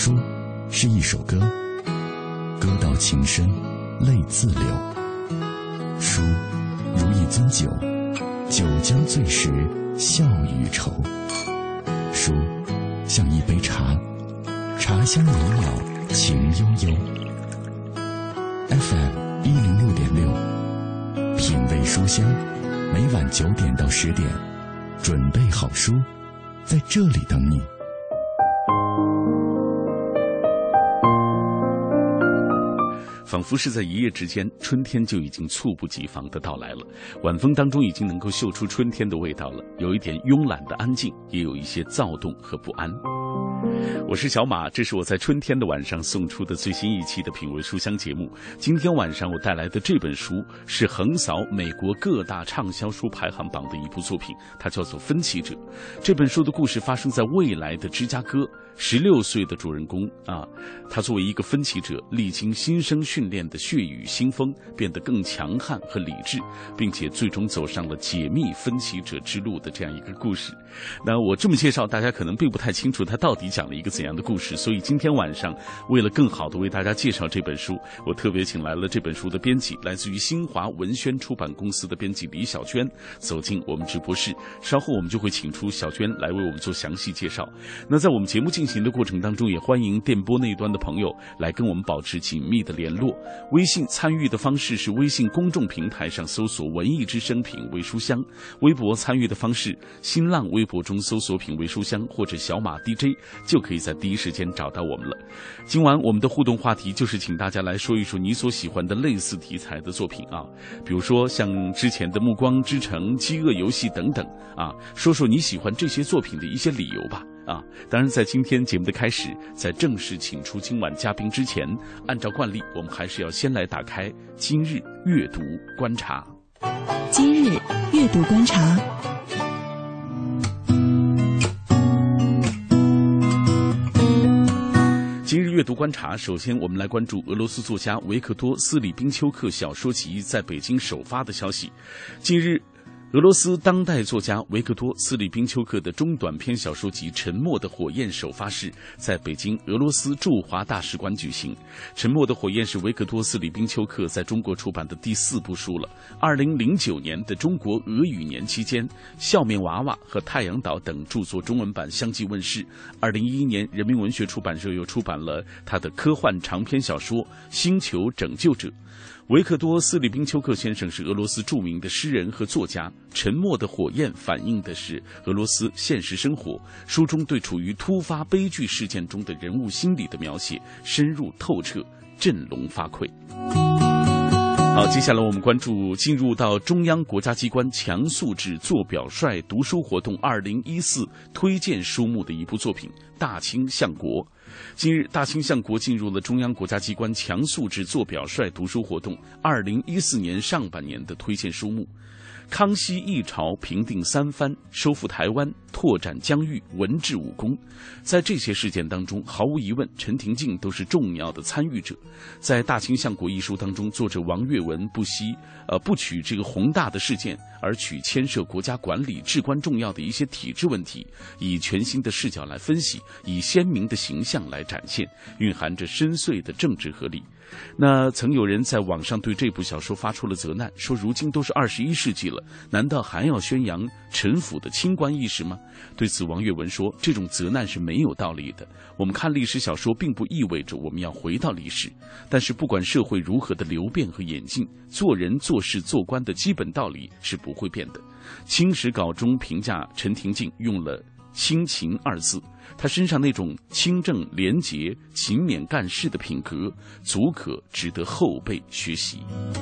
书是一首歌，歌到情深，泪自流。书如一樽酒，酒将醉时，笑与愁。书像一杯茶，茶香袅袅，情悠悠。FM 106.6，品味书香，每晚9点到10点，准备好书，在这里等你。 仿佛是在一夜之间，春天就已经猝不及防地到来了。晚风当中已经能够嗅出春天的味道了，有一点慵懒的安静，也有一些躁动和不安。我是小马，这是我在春天的晚上送出的最新一期的品味书香节目。今天晚上我带来的这本书是横扫美国各大畅销书排行榜的一部作品，它叫做《分歧者》。这本书的故事发生在未来的芝加哥，16岁的主人公他作为一个分歧者，历经新生训练的血雨腥风，变得更强悍和理智，并且最终走上了解密分歧者之路的这样一个故事。那我这么介绍，大家可能并不太清楚它到底讲了一个怎样的故事，所以今天晚上为了更好的为大家介绍这本书，我特别请来了这本书的编辑，来自于新华文宣出版公司的编辑李小娟走进我们直播室。稍后我们就会请出小娟来为我们做详细介绍。那在我们节目进行的过程当中，也欢迎电波那端的朋友来跟我们保持紧密的联络。微信参与的方式是微信公众平台上搜索文艺之声品味书香，微博参与的方式新浪微博中搜索品味书香或者小马 DJ， 就可以在第一时间找到我们了。今晚我们的互动话题就是请大家来说一说你所喜欢的类似题材的作品比如说像之前的《暮光之城》《饥饿游戏》等等说说你喜欢这些作品的一些理由吧。当然在今天节目的开始，在正式请出今晚嘉宾之前，按照惯例我们还是要先来打开今日阅读观察。 今日阅读观察。 今日阅读观察，首先我们来关注俄罗斯作家维克多·斯里宾丘克小说集在北京首发的消息。近日，俄罗斯当代作家维克多·斯里宾丘克的中短篇小说集《沉默的火焰》首发式在北京俄罗斯驻华大使馆举行。《沉默的火焰》是维克多·斯里宾丘克在中国出版的第4部书了。2009年的中国俄语年期间，《笑面娃娃》和《太阳岛》等著作中文版相继问世。2011年，人民文学出版社又出版了他的科幻长篇小说《星球拯救者》。维克多·斯里宾丘克先生是俄罗斯著名的诗人和作家，《沉默的火焰》反映的是俄罗斯现实生活，书中对处于突发悲剧事件中的人物心理的描写深入透彻，振聋发聩。好，接下来我们关注进入到中央国家机关强素质做表率读书活动2014推荐书目的一部作品《大清相国》。近日，《大清相国》进入了中央国家机关强素质做表率读书活动2014年上半年的推荐书目。康熙一朝平定三藩，收复台湾，拓展疆域，文治武功，在这些事件当中，毫无疑问，陈廷敬都是重要的参与者。在《大清相国》一书当中，作者王岳文不取这个宏大的事件，而取牵涉国家管理至关重要的一些体制问题，以全新的视角来分析，以鲜明的形象来展现，蕴含着深邃的政治合理。那曾有人在网上对这部小说发出了责难，说如今都是21世纪了，难道还要宣扬臣腐的清官意识吗？对此，王岳文说，这种责难是没有道理的。我们看历史小说并不意味着我们要回到历史，但是不管社会如何的流变和演进，做人做事做官的基本道理是不会变的。清史稿中评价陈廷敬用了清勤2字，他身上那种清正廉洁、勤勉干事的品格，足可值得后辈学习。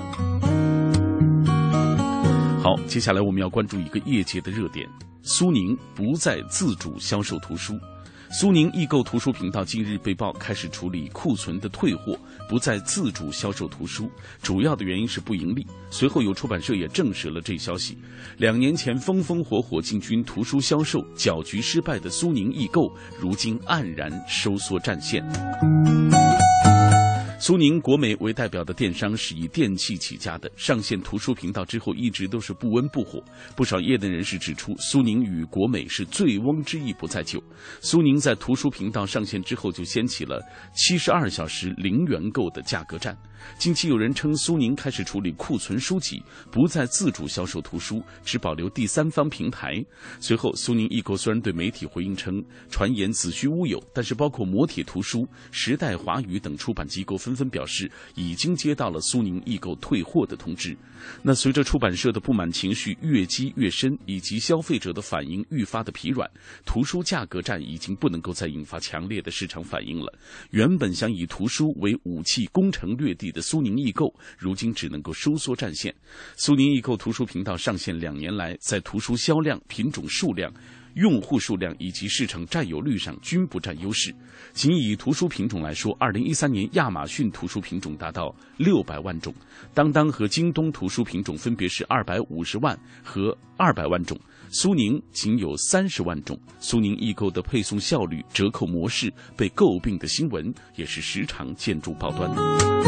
好，接下来我们要关注一个业界的热点，苏宁不再自主销售图书。苏宁易购图书频道近日被曝开始处理库存的退货，不再自主销售图书，主要的原因是不盈利。随后有出版社也证实了这一消息。2年前风风火火进军图书销售，搅局失败的苏宁易购，如今黯然收缩战线。 苏宁、国美为代表的电商是以电器起家的，上线图书频道之后一直都是不温不火。不少业内人士指出，苏宁与国美是醉翁之意不在酒。苏宁在图书频道上线之后，就掀起了72小时零元购的价格战。近期有人称，苏宁开始处理库存书籍，不再自主销售图书，只保留第三方平台。随后，苏宁易购虽然对媒体回应称传言子虚乌有，但是包括磨铁图书、时代华语等出版机构纷纷表示已经接到了苏宁易购退货的通知。那随着出版社的不满情绪越积越深，以及消费者的反应愈发的疲软，图书价格战已经不能够再引发强烈的市场反应了。原本想以图书为武器攻城略地的苏宁易购，如今只能够收缩战线。苏宁易购图书频道上线2年来，在图书销量、品种数量、用户数量以及市场占有率上均不占优势。仅以图书品种来说，2013年亚马逊图书品种达到600万种，当当和京东图书品种分别是250万和200万种，苏宁仅有30万种。苏宁易购的配送效率、折扣模式被诟病的新闻也是时常见诸报端。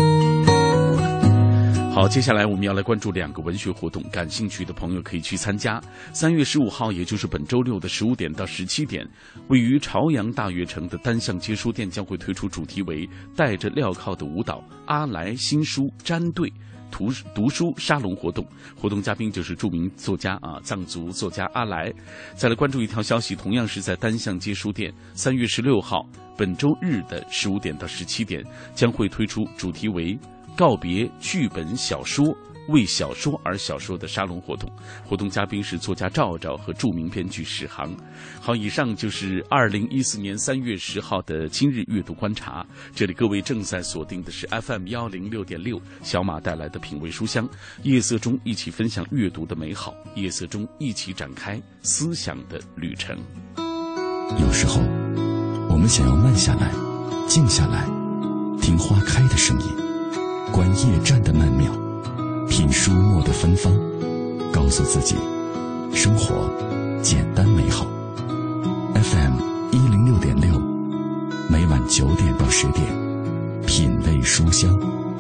好，接下来我们要来关注2个文学活动，感兴趣的朋友可以去参加。3月15号，也就是本周六的15点到17点，位于朝阳大悦城的单向街书店将会推出主题为“带着镣铐的舞蹈”阿来新书沾对读书沙龙活动。活动嘉宾就是著名作家藏族作家阿来。再来关注一条消息，同样是在单向街书店，3月16号本周日的15点到17点将会推出主题为告别剧本小说，为小说而小说的沙龙活动。活动嘉宾是作家赵赵和著名编剧史航。好，以上就是2014年3月10号的今日阅读观察。这里各位正在锁定的是 FM106.6 小马带来的品味书香，夜色中一起分享阅读的美好，夜色中一起展开思想的旅程。 有时候我们想要慢下来，静下来，听花开的声音，观夜战的曼妙，品书墨的芬芳，告诉自己生活简单美好。 FM106.6 每晚9点到10点，品味书香。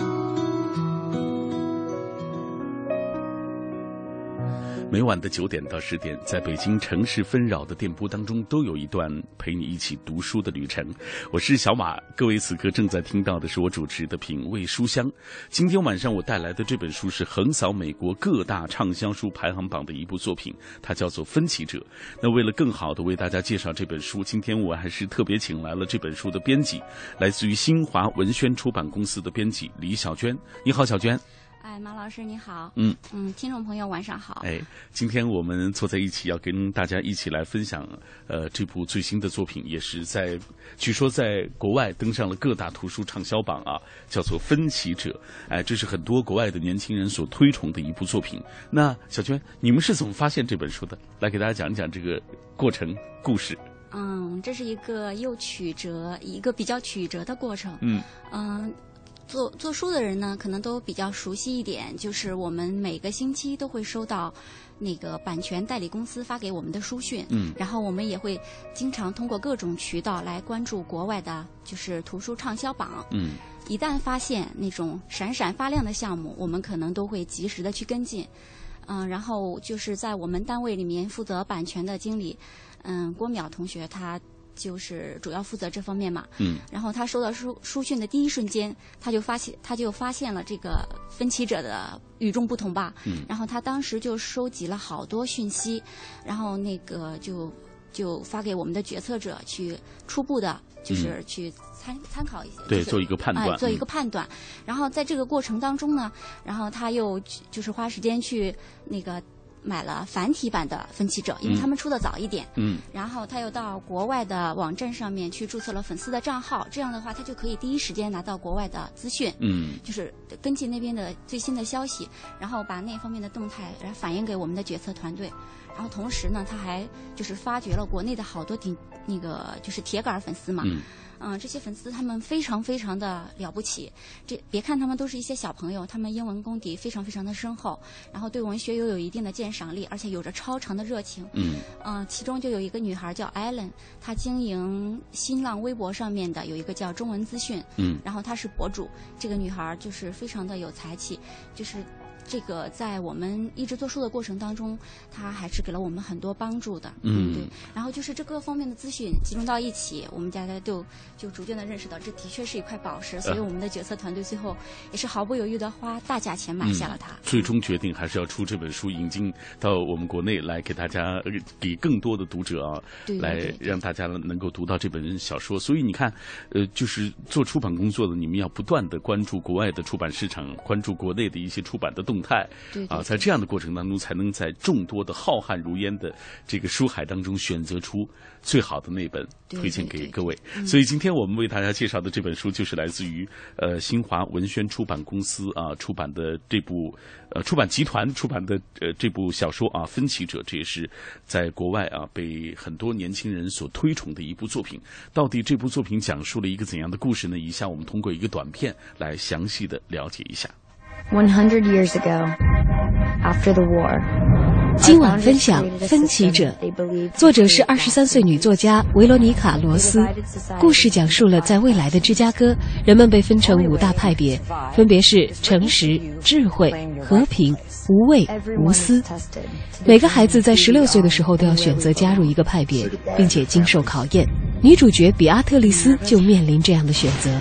每晚的9点到10点，在北京城市纷扰的电波当中，都有一段陪你一起读书的旅程。我是小马，各位此刻正在听到的是我主持的品味书香。今天晚上我带来的这本书是横扫美国各大畅销书排行榜的一部作品，它叫做《分歧者》。那为了更好的为大家介绍这本书，今天我还是特别请来了这本书的编辑，来自于新华文宣出版公司的编辑李小娟。你好，小娟。 马老师你好。听众朋友晚上好。 今天我们坐在一起，要跟大家一起来分享这部最新的作品，也是据说在国外登上了各大图书畅销榜啊，叫做《分歧者》。这是很多国外的年轻人所推崇的一部作品。那小娟，你们是怎么发现这本书的？来给大家讲一讲这个过程故事。 这是一个比较曲折的过程。做书的人呢，可能都比较熟悉一点，就是我们每个星期都会收到那个版权代理公司发给我们的书讯，然后我们也会经常通过各种渠道来关注国外的，就是图书畅销榜。一旦发现那种闪闪发亮的项目，我们可能都会及时的去跟进。然后就是在我们单位里面负责版权的经理，郭淼同学，他就是主要负责这方面嘛。然后他收到书讯的第一瞬间，他就发现了这个分歧者的与众不同吧。然后他当时就收集了好多讯息，然后那个就发给我们的决策者去初步的，就是去参考一些， 对，做一个判断， 做一个判断。然后在这个过程当中呢，然后他又就是花时间去那个买了繁体版的《分歧者》，因为他们出的早一点。然后他又到国外的网站上面去注册了粉丝的账号，这样的话他就可以第一时间拿到国外的资讯。就是跟进那边的最新的消息，然后把那方面的动态来反映给我们的决策团队。 然后同时呢，他还就是发掘了国内的好多就是铁杆粉丝嘛。这些粉丝他们非常非常的了不起，别看他们都是一些小朋友，他们英文功底非常非常的深厚，然后对文学又有一定的鉴赏力，而且有着超长的热情。其中就有一个女孩叫艾伦，她经营新浪微博上面的有一个叫中文资讯，然后她是博主，这个女孩就是非常的有才气，就是这个在我们一直做书的过程当中，他还是给了我们很多帮助的。对。然后就是这各方面的资讯集中到一起，我们大家就逐渐的认识到，这的确是一块宝石。所以我们的决策团队最后也是毫不犹豫的花大价钱买下了它。 最终决定还是要出这本书，引进到我们国内来，给大家给更多的读者啊，来让大家能够读到这本小说。所以你看，就是做出版工作的，你们要不断的关注国外的出版市场，关注国内的一些出版的动态，在这样的过程当中，才能在众多的浩瀚如烟的这个书海当中选择出最好的那本推荐给各位。所以今天我们为大家介绍的这本书，就是来自于新华文轩出版公司出版的这部出版集团出版的这部小说《分歧者》，这也是在国外被很多年轻人所推崇的一部作品。到底这部作品讲述了一个怎样的故事呢？以下我们通过一个短片来详细的了解一下。 100 years ago, after the war, 今晚分享《分歧者》，作者是23岁女作家维罗妮卡·罗斯。故事讲述了在未来的芝加哥，人们被分成5大派别，分别是诚实、智慧、和平、无畏、无私。每个孩子在16岁的时候都要选择加入一个派别，并且经受考验。女主角比阿特丽斯就面临这样的选择。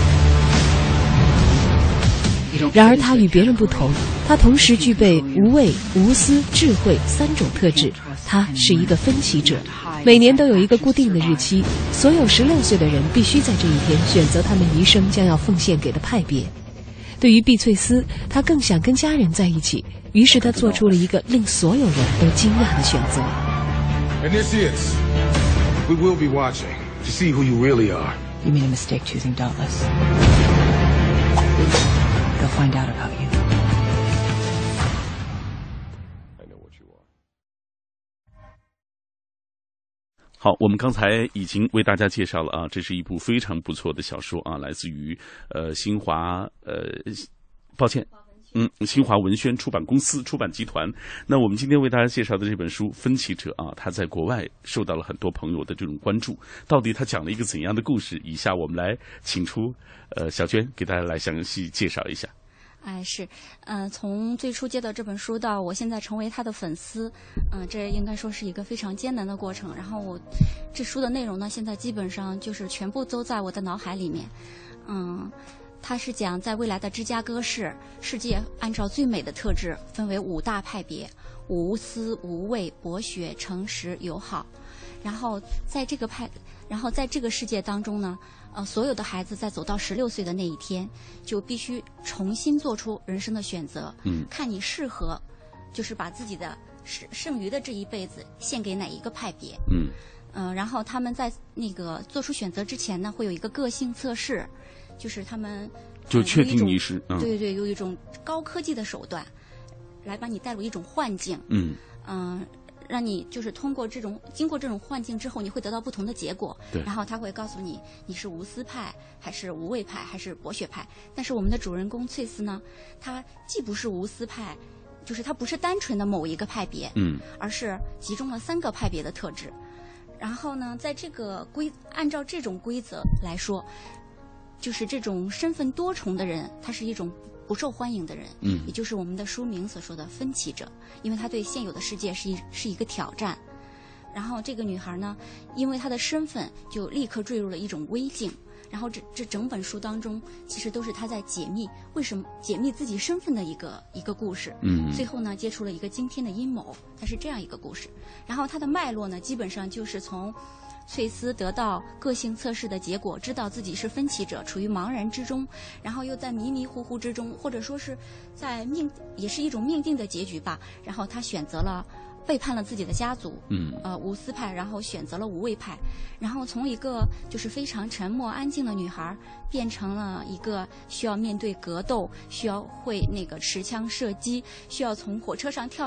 然而他与别人不同，他同时具备无畏、无私、智慧3种特质。他是一个分歧者，每年都有一个固定的日期，所有16岁的人必须在这一天选择他们一生将要奉献给的派别。对于碧翠丝，他更想跟家人在一起，于是他做出了一个令所有人都惊讶的选择。 And this is, we will be watching to see who you really are. You made a mistake choosing Dauntless. They'll find out about you. I know what you are. 好，我们刚才已经为大家介绍了这是一部非常不错的小说来自于新华新华文轩出版公司出版集团。那我们今天为大家介绍的这本书《分歧者》它在国外受到了很多朋友的这种关注。到底它讲了一个怎样的故事？以下我们来请出小娟给大家来详细介绍一下。 从最初接到这本书到我现在成为他的粉丝，这应该说是一个非常艰难的过程。然后这书的内容呢，现在基本上就是全部都在我的脑海里面。它是讲在未来的芝加哥市，世界按照最美的特质分为5大派别：无私、无畏、博学、诚实、友好。然后在这个世界当中呢，所有的孩子在走到16岁的那一天，就必须重新做出人生的选择。看你适合，就是把自己的剩余的这一辈子献给哪一个派别。然后他们在那个做出选择之前呢，会有一个个性测试。就是他们就确定你是对，有一种高科技的手段，来把你带入一种幻境，让你就是经过这种幻境之后，你会得到不同的结果。然后他会告诉你，你是无私派还是无畏派还是博学派。但是我们的主人公翠丝呢，他既不是无私派，就是他不是单纯的某一个派别，而是集中了3个派别的特质。然后呢，在按照这种规则来说，就是这种身份多重的人，他是一种不受欢迎的人，也就是我们的书名所说的分歧者，因为他对现有的世界是一个挑战。然后这个女孩呢，因为她的身份就立刻坠入了一种危境。然后这整本书当中，其实都是她在解密自己身份的一个故事。最后呢，揭出了一个惊天的阴谋，它是这样一个故事。然后它的脉络呢，基本上就是从翠丝得到个性测试的结果，知道自己是分歧者，处于茫然之中，然后又在迷迷糊糊之中，或者说是在也是一种命定的结局吧。然后他选择了背叛了自己的家族，无私派，然后选择了无畏派，然后从一个就是非常沉默安静的女孩，变成了一个需要面对格斗，需要会那个持枪射击，需要从火车上跳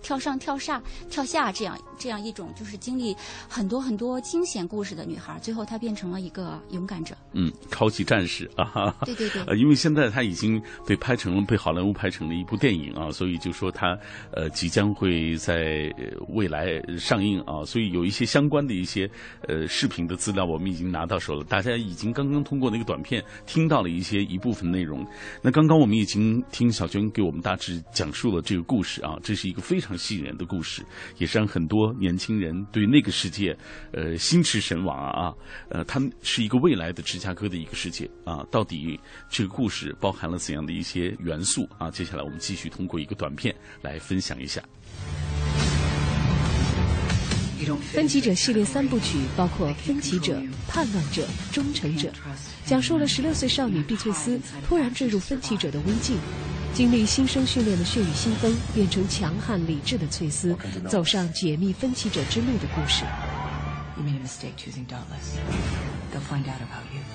跳上跳下这样一种就是经历很多很多惊险故事的女孩，最后她变成了一个勇敢者， 超级战士啊！ 对对对， 因为现在她已经被好莱坞拍成了一部电影啊，所以就说她即将会在未来上映啊，所以有一些相关的一些视频的资料我们已经拿到手了，大家已经刚刚通过那个短片听到了一部分内容。那刚刚我们已经听小娟给我们大致讲述了这个故事啊，这是一个非常吸引人的故事，也是让很多年轻人对那个世界心驰神往啊！它是一个未来的芝加哥的一个世界啊，到底这个故事包含了怎样的一些元素啊？接下来我们继续通过一个短片来分享一下。 分歧者系列3部曲包括《分歧者》《叛乱者》《忠诚者》，讲述了16岁少女碧翠丝突然坠入分歧者的危境，经历新生训练的血雨腥风，变成强悍理智的翠丝，走上解密分歧者之路的故事。 You made a mistake choosing Dauntless. They'll find out about you.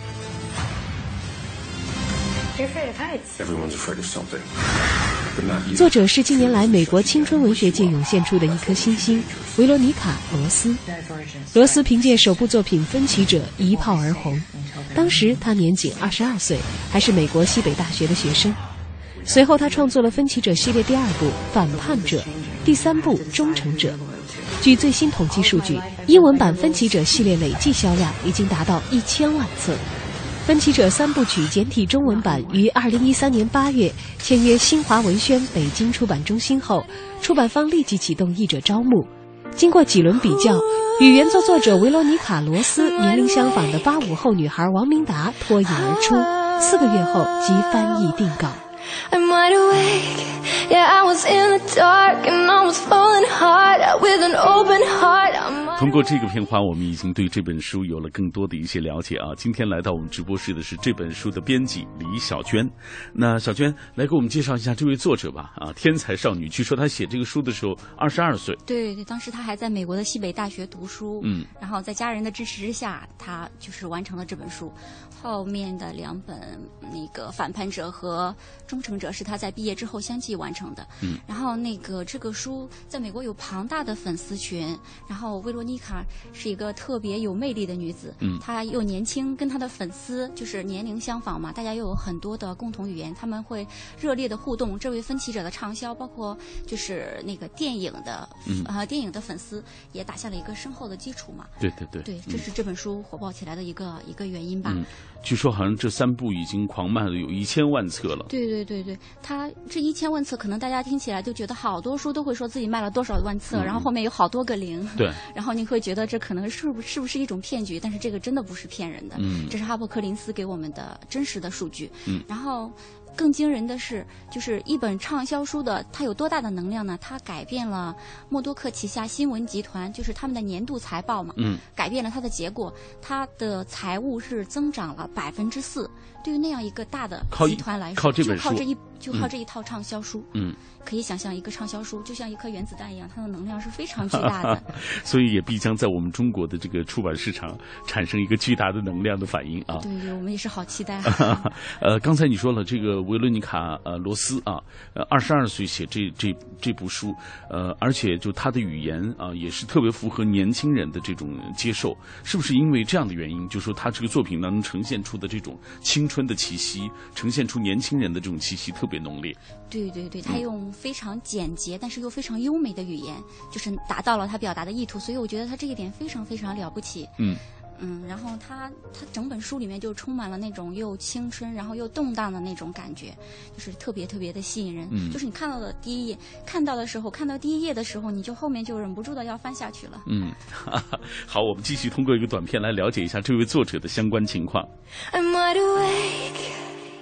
You're afraid of heights. Everyone's afraid of something, but not you. 作者是近年来美国青春文学界涌现出的一颗新星维罗妮卡·罗斯。罗斯凭借首部作品《分歧者》一炮而红，当时他年仅22岁，还是美国西北大学的学生。随后他创作了《分歧者》系列第2部《反叛者》，第3部《忠诚者》。据最新统计数据，英文版《分歧者》系列累计销量已经达到1000万册。《分歧者》3部曲简体中文版于2013年8月签约新华文宣北京出版中心后，出版方立即启动译者招募。经过几轮比较，与原作作者维罗妮卡·罗斯年龄相仿的85后女孩王明达脱颖而出，4个月后即翻译定稿。 I'm wide awake, yeah, I was in the dark and I was falling hard with an open heart. 通过这个片花，我们已经对这本书有了更多的一些了解啊。今天来到我们直播室的是这本书的编辑李小娟。那小娟来给我们介绍一下这位作者吧。啊，天才少女，据说她写这个书的时候22岁。 对对，当时她还在美国的西北大学读书。然后在家人的支持之下，她就是完成了这本书。后面的2本那个反叛者和忠诚者是她在毕业之后相继完成的。然后这个书在美国有庞大的粉丝群，然后维罗妮卡是一个特别有魅力的女子。她又年轻，跟她的粉丝就是年龄相仿嘛，大家又有很多的共同语言，他们会热烈的互动。这位分歧者的畅销，包括就是那个电影的粉丝也打下了一个深厚的基础嘛。 对对对， 这是这本书火爆起来的一个原因吧。 据说好像这3部已经狂卖了有1000万册了。对对对对，它这1000万册，可能大家听起来就觉得好多书都会说自己卖了多少万册，然后后面有好多个0。 对。 然后你会觉得这可能是不是一种骗局？但是这个真的不是骗人的。这是哈珀柯林斯给我们的真实的数据。然后更惊人的是，就是一本畅销书的它有多大的能量呢？它改变了默多克旗下新闻集团，就是他们的年度财报嘛。改变了它的结果，它的财务是增长了4%。对于那样一个大的集团来说， 靠这本书， 就靠这一套畅销书。可以想象一个畅销书就像一颗原子弹一样，它的能量是非常巨大的。 所以也必将在我们中国的这个出版市场产生一个巨大的能量的反应啊。 对对，我们也是好期待。 刚才你说了这个维罗妮卡罗斯啊，22岁写这部书，而且就他的语言啊也是特别符合年轻人的这种接受，是不是因为这样的原因，就说他这个作品能呈现出的这种青春的气息，呈现出年轻人的这种气息特别浓烈？ 对对对，他用非常简洁但是又非常优美的语言，就是达到了他表达的意图，所以我觉得他这一点非常非常了不起。然后他整本书里面就充满了那种又青春然后又动荡的那种感觉，就是特别特别的吸引人。就是你看到第一页的时候，你就后面就忍不住的要翻下去了。 好，我们继续通过一个短片来了解一下这位作者的相关情况。 I'm wide awake.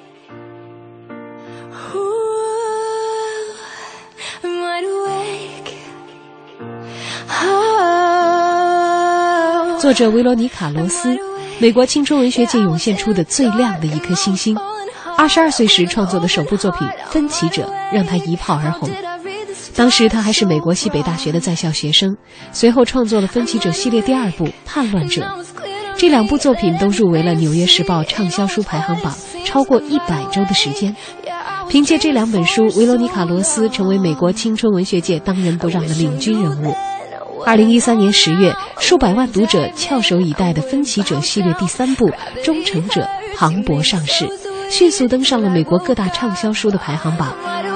I'm wide awake. 作者维罗妮卡·罗斯，美国青春文学界涌现出的最亮的一颗新星。22岁时创作的首部作品《分歧者》让他一炮而红。当时他还是美国西北大学的在校学生，随后创作了《分歧者》系列第2部《叛乱者》。这2部作品都入围了《纽约时报》畅销书排行榜超过100周的时间。 凭借这2本书，维罗妮卡·罗斯成为美国青春文学界当仁不让的领军人物。2013年10月，数百万读者翘首以待的《分歧者》系列第3部《忠诚者》磅礴上市，迅速登上了美国各大畅销书的排行榜。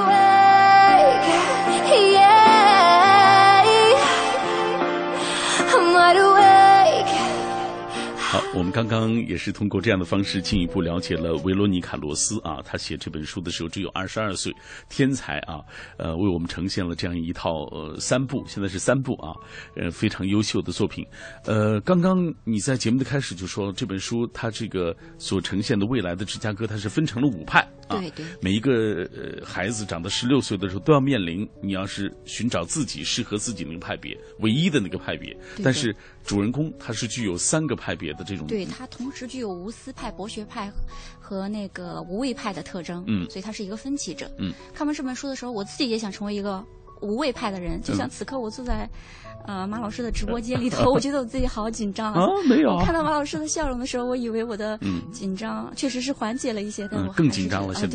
好，我们刚刚也是通过这样的方式进一步了解了维罗妮卡·罗斯啊，他写这本书的时候只有22岁，天才啊，为我们呈现了这样一套3部，现在是3部啊，非常优秀的作品。刚刚你在节目的开始就说这本书它这个所呈现的未来的芝加哥，它是分成了5派啊， 对对， 每一个孩子长到16岁的时候都要面临，你要是寻找自己适合自己那个派别，唯一的那个派别， 对， 但是主人公他是具有3个派别的这种， 对，他同时具有无私派、博学派和那个无畏派的特征，所以他是一个分歧者。看完这本书的时候，我自己也想成为一个无畏派的人，就像此刻我坐在马老师的直播间里头，我觉得我自己好紧张啊！ 没有， 我看到马老师的笑容的时候，我以为我的紧张确实是缓解了一些，但我更紧张了。现在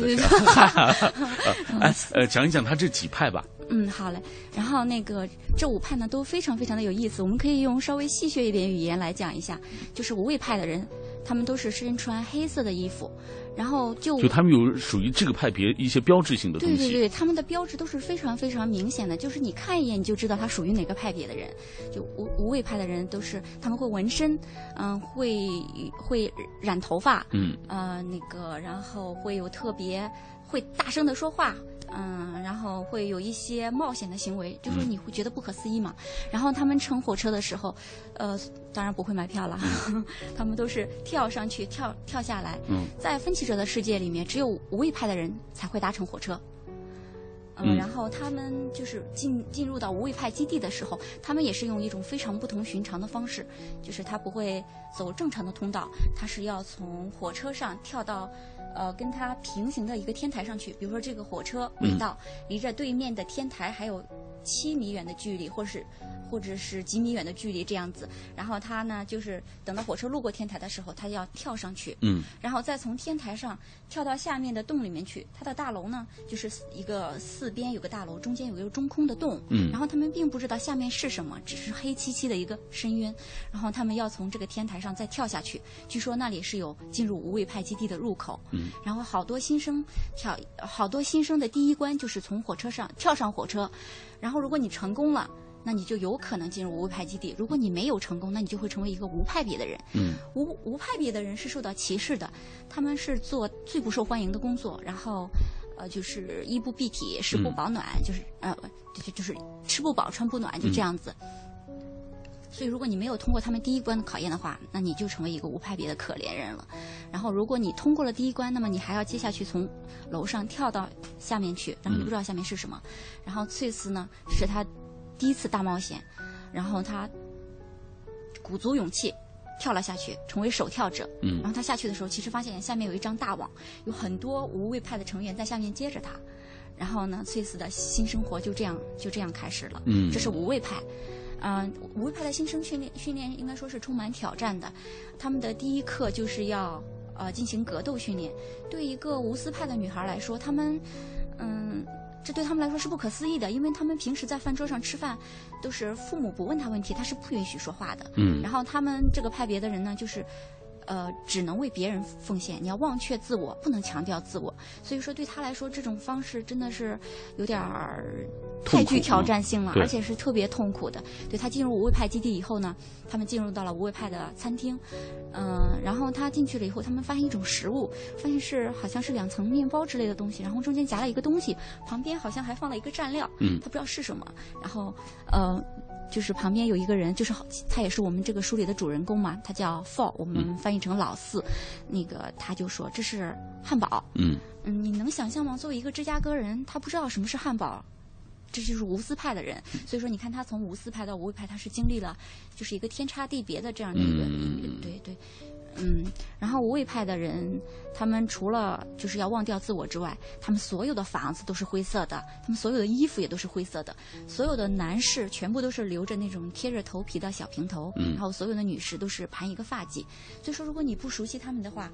是，讲一讲他这几派吧。 好嘞。然后那个这5派呢都非常非常的有意思，我们可以用稍微戏谑一点语言来讲一下。就是无畏派的人，他们都是身穿黑色的衣服，然后就他们有属于这个派别一些标志性的东西。 对对对，他们的标志都是非常非常明显的，就是你看一眼你就知道他属于哪个派别的人。就无畏派的人都是他们会纹身，会染头发，那个然后会有特别会大声的说话。然后会有一些冒险的行为，就是你会觉得不可思议嘛。然后他们乘火车的时候，当然不会买票了，他们都是跳上去跳下来。在分歧者的世界里面，只有无畏派的人才会搭乘火车。然后他们就是进入到无畏派基地的时候，他们也是用一种非常不同寻常的方式，就是他不会走正常的通道，他是要从火车上跳到跟它平行的一个天台上去。比如说这个火车轨道离着对面的天台还有7米远的距离，或者是几米远的距离这样子。然后他呢，就是等到火车路过天台的时候，他要跳上去，然后再从天台上跳到下面的洞里面去。他的大楼呢，就是一个4边有个大楼，中间有一个中空的洞，然后他们并不知道下面是什么，只是黑漆漆的一个深渊。然后他们要从这个天台上再跳下去，据说那里是有进入无畏派基地的入口。然后好多新生的第一关就是从火车上跳上火车，然后如果你成功了，那你就有可能进入无畏派基地。如果你没有成功，那你就会成为一个无派别的人。无派别的人是受到歧视的，他们是做最不受欢迎的工作，然后就是衣不蔽体，食不保暖，就是吃不饱穿不暖，就这样子。所以如果你没有通过他们第一关的考验的话，那你就成为一个无派别的可怜人了。然后如果你通过了第一关，那么你还要接下去从楼上跳到下面去，然后你不知道下面是什么。然后翠丝呢，是他第一次大冒险，然后他鼓足勇气跳了下去，成为首跳者。然后他下去的时候，其实发现下面有一张大网，有很多无畏派的成员在下面接着他。然后呢，翠丝的新生活就这样开始了。这是无畏派。无畏派的新生训练应该说是充满挑战的。他们的第一课就是要进行格斗训练。对一个无私派的女孩来说，这对他们来说是不可思议的，因为他们平时在饭桌上吃饭，都是父母不问他问题，他是不允许说话的。然后他们这个派别的人呢，就是只能为别人奉献，你要忘却自我，不能强调自我。所以说对他来说，这种方式真的是有点太具挑战性了，而且是特别痛苦的。对，他进入无畏派基地以后呢，他们进入到了无畏派的餐厅，然后他进去了以后，他们发现一种食物，发现好像是2层面包之类的东西，然后中间夹了一个东西，旁边好像还放了一个蘸料，他不知道是什么。然后就是旁边有一个人，就是他也是我们这个书里的主人公嘛，他叫 Fall， 我们翻译成老四。那个他就说这是汉堡。你能想象吗？作为一个芝加哥人，他不知道什么是汉堡。这就是无私派的人，所以说你看他从无私派到无畏派，他是经历了就是一个天差地别的这样的一个，对。然后无畏派的人，他们除了就是要忘掉自我之外，他们所有的房子都是灰色的，他们所有的衣服也都是灰色的，所有的男士全部都是留着那种贴着头皮的小平头，然后所有的女士都是盘一个发髻。所以说如果你不熟悉他们的话，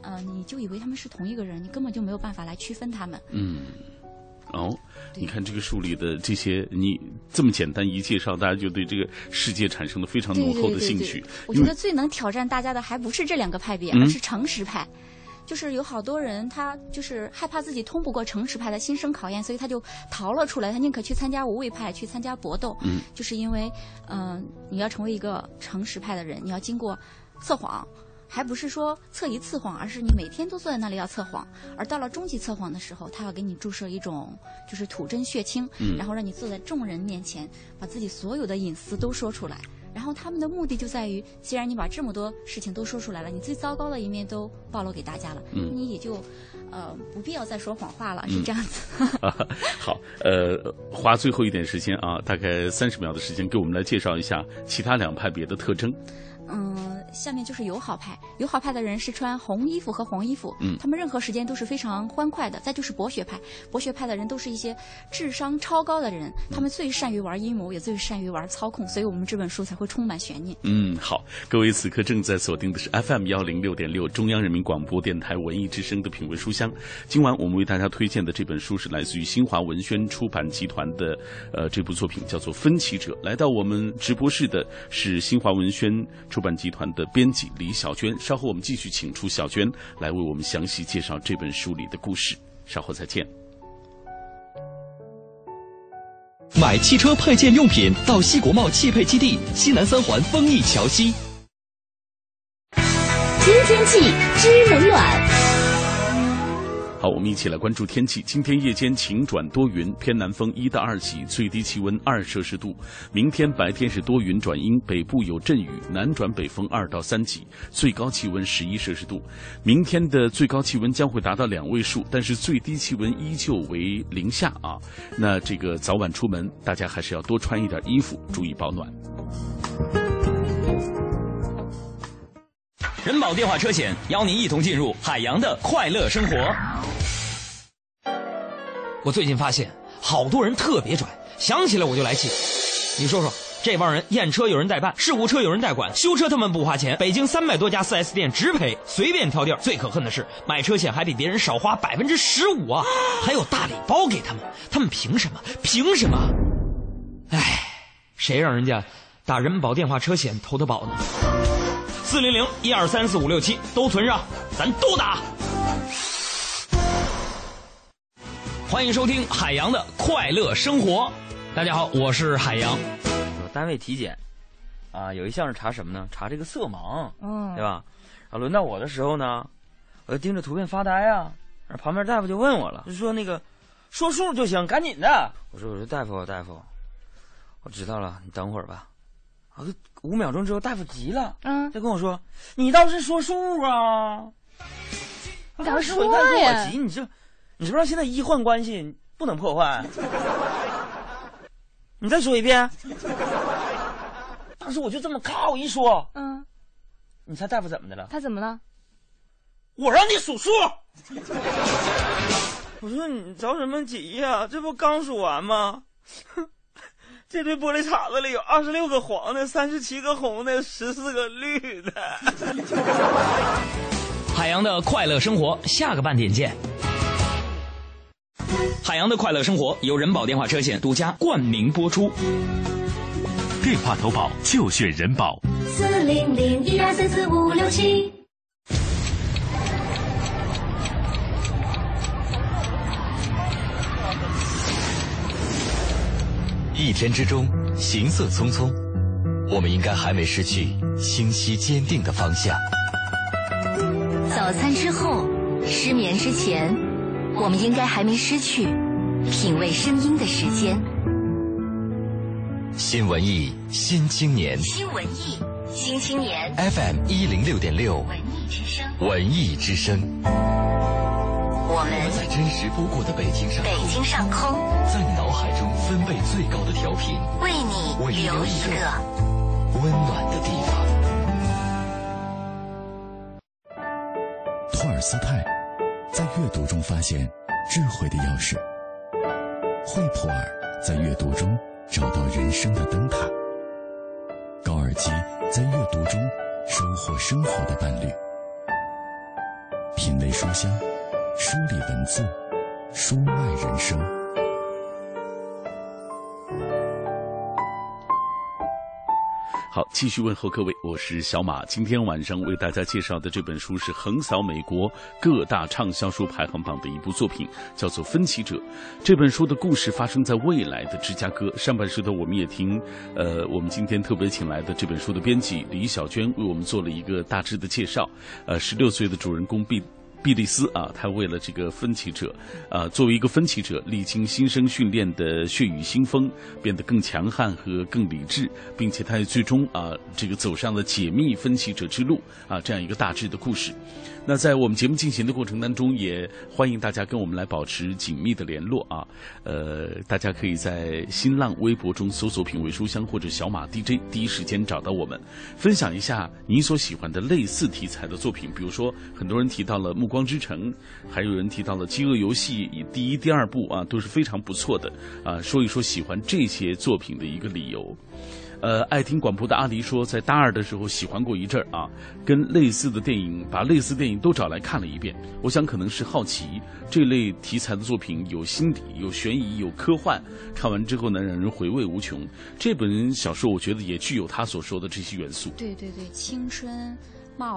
你就以为他们是同一个人，你根本就没有办法来区分他们。 你看这个书里的这些，你这么简单一介绍，大家就对这个世界产生了非常浓厚的兴趣。 我觉得最能挑战大家的还不是这2个派别，而是诚实派。就是有好多人，他就是害怕自己通不过诚实派的新生考验，所以他就逃了出来，他宁可去参加无畏派，去参加搏斗。就是因为，你要成为一个诚实派的人，你要经过测谎。还不是说测一次谎，而是你每天都坐在那里要测谎，而到了终极测谎的时候，他要给你注射一种就是土真血清，然后让你坐在众人面前，把自己所有的隐私都说出来。然后他们的目的就在于，既然你把这么多事情都说出来了，你最糟糕的一面都暴露给大家了，你也就不必要再说谎话了，是这样子。 好，花最后一点时间啊，大概30秒的时间，给我们来介绍一下其他2派别的特征。 下面就是友好派。友好派的人是穿红衣服和黄衣服，他们任何时间都是非常欢快的。再就是博学派，博学派的人都是一些智商超高的人，他们最善于玩阴谋，也最善于玩操控，所以我们这本书才会充满悬念。 好，各位此刻正在锁定的是 FM106.6 中央人民广播电台文艺之声的品味书香。今晚我们为大家推荐的这本书是来自于新华文轩出版集团的这部作品叫做《分歧者》。来到我们直播室的是新华文轩出版集团的编辑李小娟，稍后我们继续请出小娟来为我们详细介绍这本书里的故事，稍后再见。 买汽车配件用品到西国贸汽配基地西南3环丰益桥西。 听天气知冷暖。 好，我们一起来关注天气。今天夜间晴转多云，偏南风1到2级，最低气温2摄氏度。明天白天是多云转阴，北部有阵雨，南转北风2到3级，最高气温11摄氏度。明天的最高气温将会达到2位数，但是最低气温依旧为0下啊。那这个早晚出门，大家还是要多穿一点衣服，注意保暖。 人保电话车险邀您一同进入海洋的快乐生活。 我最近发现好多人特别拽，想起来我就来气。你说说，这帮人验车有人代办，事故车有人代管，修车他们不花钱，北京300多家 4S 店直赔，随便挑地儿。最可恨的是买车险还比别人少花15%啊，还有大礼包给他们，他们凭什么？凭什么？哎，谁让人家打人保电话车险投的保呢？400-1234567都存上，咱都打。欢迎收听海洋的快乐生活。大家好，我是海洋。 单位体检啊，有一项是查什么呢？查这个色盲，对吧？啊，轮到我的时候呢，我就盯着图片发呆啊。旁边大夫就问我了，就说那个说数就行，赶紧的。我说大夫，我知道了，你等会儿吧。啊，5秒钟之后，大夫急了，就跟我说：“你倒是说数啊！” 你咋说呀？跟我急，你知不知道现在医患关系不能破坏？你再说一遍。当时我就这么靠一说，你猜大夫怎么的了？ 他怎么了？ 我让你数数。我说你着什么急呀？这不刚数完吗？这堆玻璃碴子里有26个黄的，37个红的，14个绿的。 海洋的快乐生活，下个半点见。海洋的快乐生活由人保电话车险独家冠名播出。 电话投保就选人保。 400-1234567。 一天之中，行色匆匆，我们应该还没失去清晰坚定的方向。 早餐之后，失眠之前，我们应该还没失去品味声音的时间。 新文艺新青年， 新文艺新青年 FM106.6 文艺之声， 文艺之声。 我们在真实不过的北京上空， 在你脑海中分贝最高的调频， 为你留一个温暖的地方。托尔斯泰在阅读中发现智慧的钥匙，惠普尔在阅读中找到人生的灯塔，高尔基在阅读中收获生活的伴侣。 品味书香，梳理文字，书外人生。 好，继续问候各位，我是小马。今天晚上为大家介绍的这本书是横扫美国各大畅销书排行榜的一部作品，叫做《分歧者》。这本书的故事发生在未来的芝加哥。上半时段我们也听，我们今天特别请来的这本书的编辑李小娟为我们做了一个大致的介绍。16岁的主人公比利斯啊，他为了这个分歧者，作为一个分歧者，历经新生训练的血雨腥风，变得更强悍和更理智，并且他也最终这个走上了解密分歧者之路这样一个大致的故事。那在我们节目进行的过程当中，也欢迎大家跟我们来保持紧密的联络啊。大家可以在新浪微博中搜索品味书香或者小马 DJ， 第一时间找到我们，分享一下你所喜欢的类似题材的作品。比如说，很多人提到了《暮光之城》，还有人提到了《饥饿游戏》第一、第二部都是非常不错的说一说喜欢这些作品的一个理由。爱听广播的阿狸说，在大二的时候喜欢过一阵儿跟类似的电影，把类似电影都找来看了一遍。我想可能是好奇这类题材的作品有心理、有悬疑、有科幻，看完之后呢，让人回味无穷。这本小说我觉得也具有他所说的这些元素。 对对对，青春冒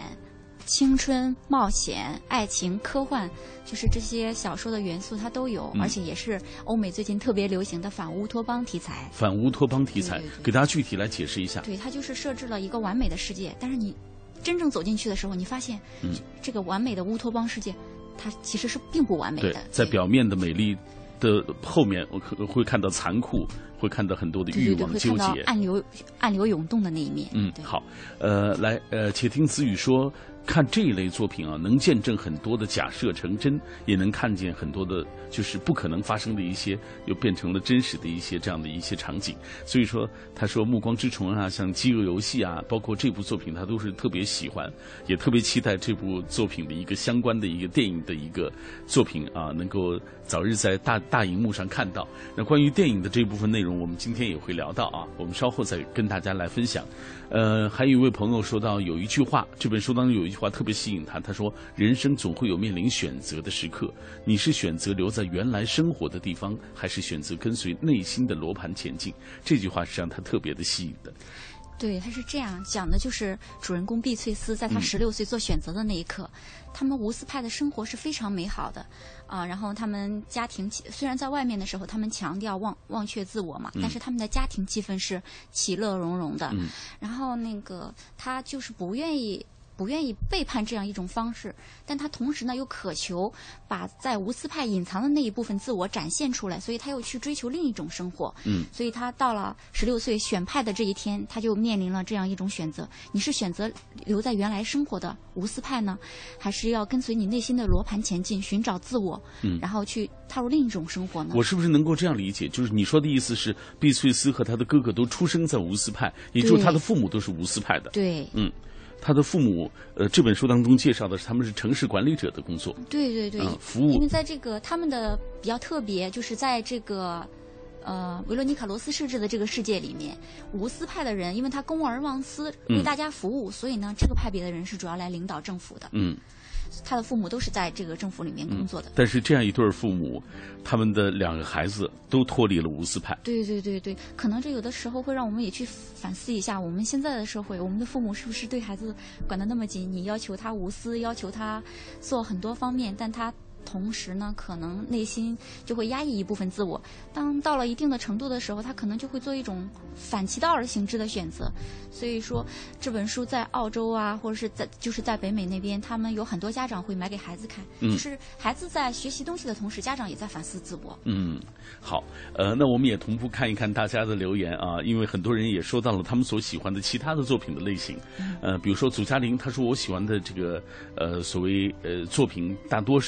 险、爱情、科幻，就是这些小说的元素它都有，而且也是欧美最近特别流行的反乌托邦题材。 反乌托邦题材，对对对，给大家具体来解释一下。 对，它就是设置了一个完美的世界，但是你真正走进去的时候，你发现，这个完美的乌托邦世界，它其实是并不完美的。 对，在表面的美丽的后面，我可能会看到残酷，会看到很多的欲望纠结， 会看到暗流涌动的那一面。 好，来，且听子宇说。看这一类作品能见证很多的假设成真，也能看见很多的就是不可能发生的一些又变成了真实的一些这样的一些场景。所以说他说《暮光之城》像《饥饿游戏》包括这部作品他都是特别喜欢，也特别期待这部作品的一个相关的一个电影的一个作品能够早日在大荧幕上看到。那关于电影的这部分内容我们今天也会聊到我们稍后再跟大家来分享。还有一位朋友说到有一句话，这本书当中有一句话特别吸引他说人生总会有面临选择的时刻，你是选择留在原来生活的地方，还是选择跟随内心的罗盘前进？这句话是让他特别的吸引的。 对，他是这样讲的，就是主人公碧翠丝在他16岁做选择的那一刻，他们无私派的生活是非常美好的然后他们家庭虽然在外面的时候他们强调忘却自我嘛，但是他们的家庭气氛是其乐融融的。然后那个他就是不愿意背叛这样一种方式，但他同时呢又渴求把在无私派隐藏的那一部分自我展现出来，所以他又去追求另一种生活。所以他到了16岁选派的这一天，他就面临了这样一种选择：你是选择留在原来生活的无私派呢，还是要跟随你内心的罗盘前进，寻找自我，然后去踏入另一种生活呢？ 我是不是能够这样理解？就是你说的意思是，碧翠丝和他的哥哥都出生在无私派，也就是他的父母都是无私派的。 对， 他的父母，这本书当中介绍的是他们是城市管理者的工作。 对对对， 服务。 因为在这个他们的比较特别，就是在这个维罗妮卡·罗斯设置的这个世界里面，无私派的人，因为他公而忘私，为大家服务，所以呢，这个派别的人是主要来领导政府的。他的父母都是在这个政府里面工作的。 但是这样一对父母，他们的2个孩子都脱离了无私派。 对对对对，可能这有的时候会让我们也去反思一下，我们现在的社会，我们的父母是不是对孩子管得那么紧？你要求他无私，要求他做很多方面，但他同时呢，可能内心就会压抑一部分自我。当到了一定的程度的时候，他可能就会做一种反其道而行之的选择。所以说，这本书在澳洲或者是在北美那边，他们有很多家长会买给孩子看，就是孩子在学习东西的同时，家长也在反思自我。 好，那我们也同步看一看大家的留言因为很多人也说到了他们所喜欢的其他的作品的类型。比如说祖嘉玲，他说我喜欢的这个所谓作品大多是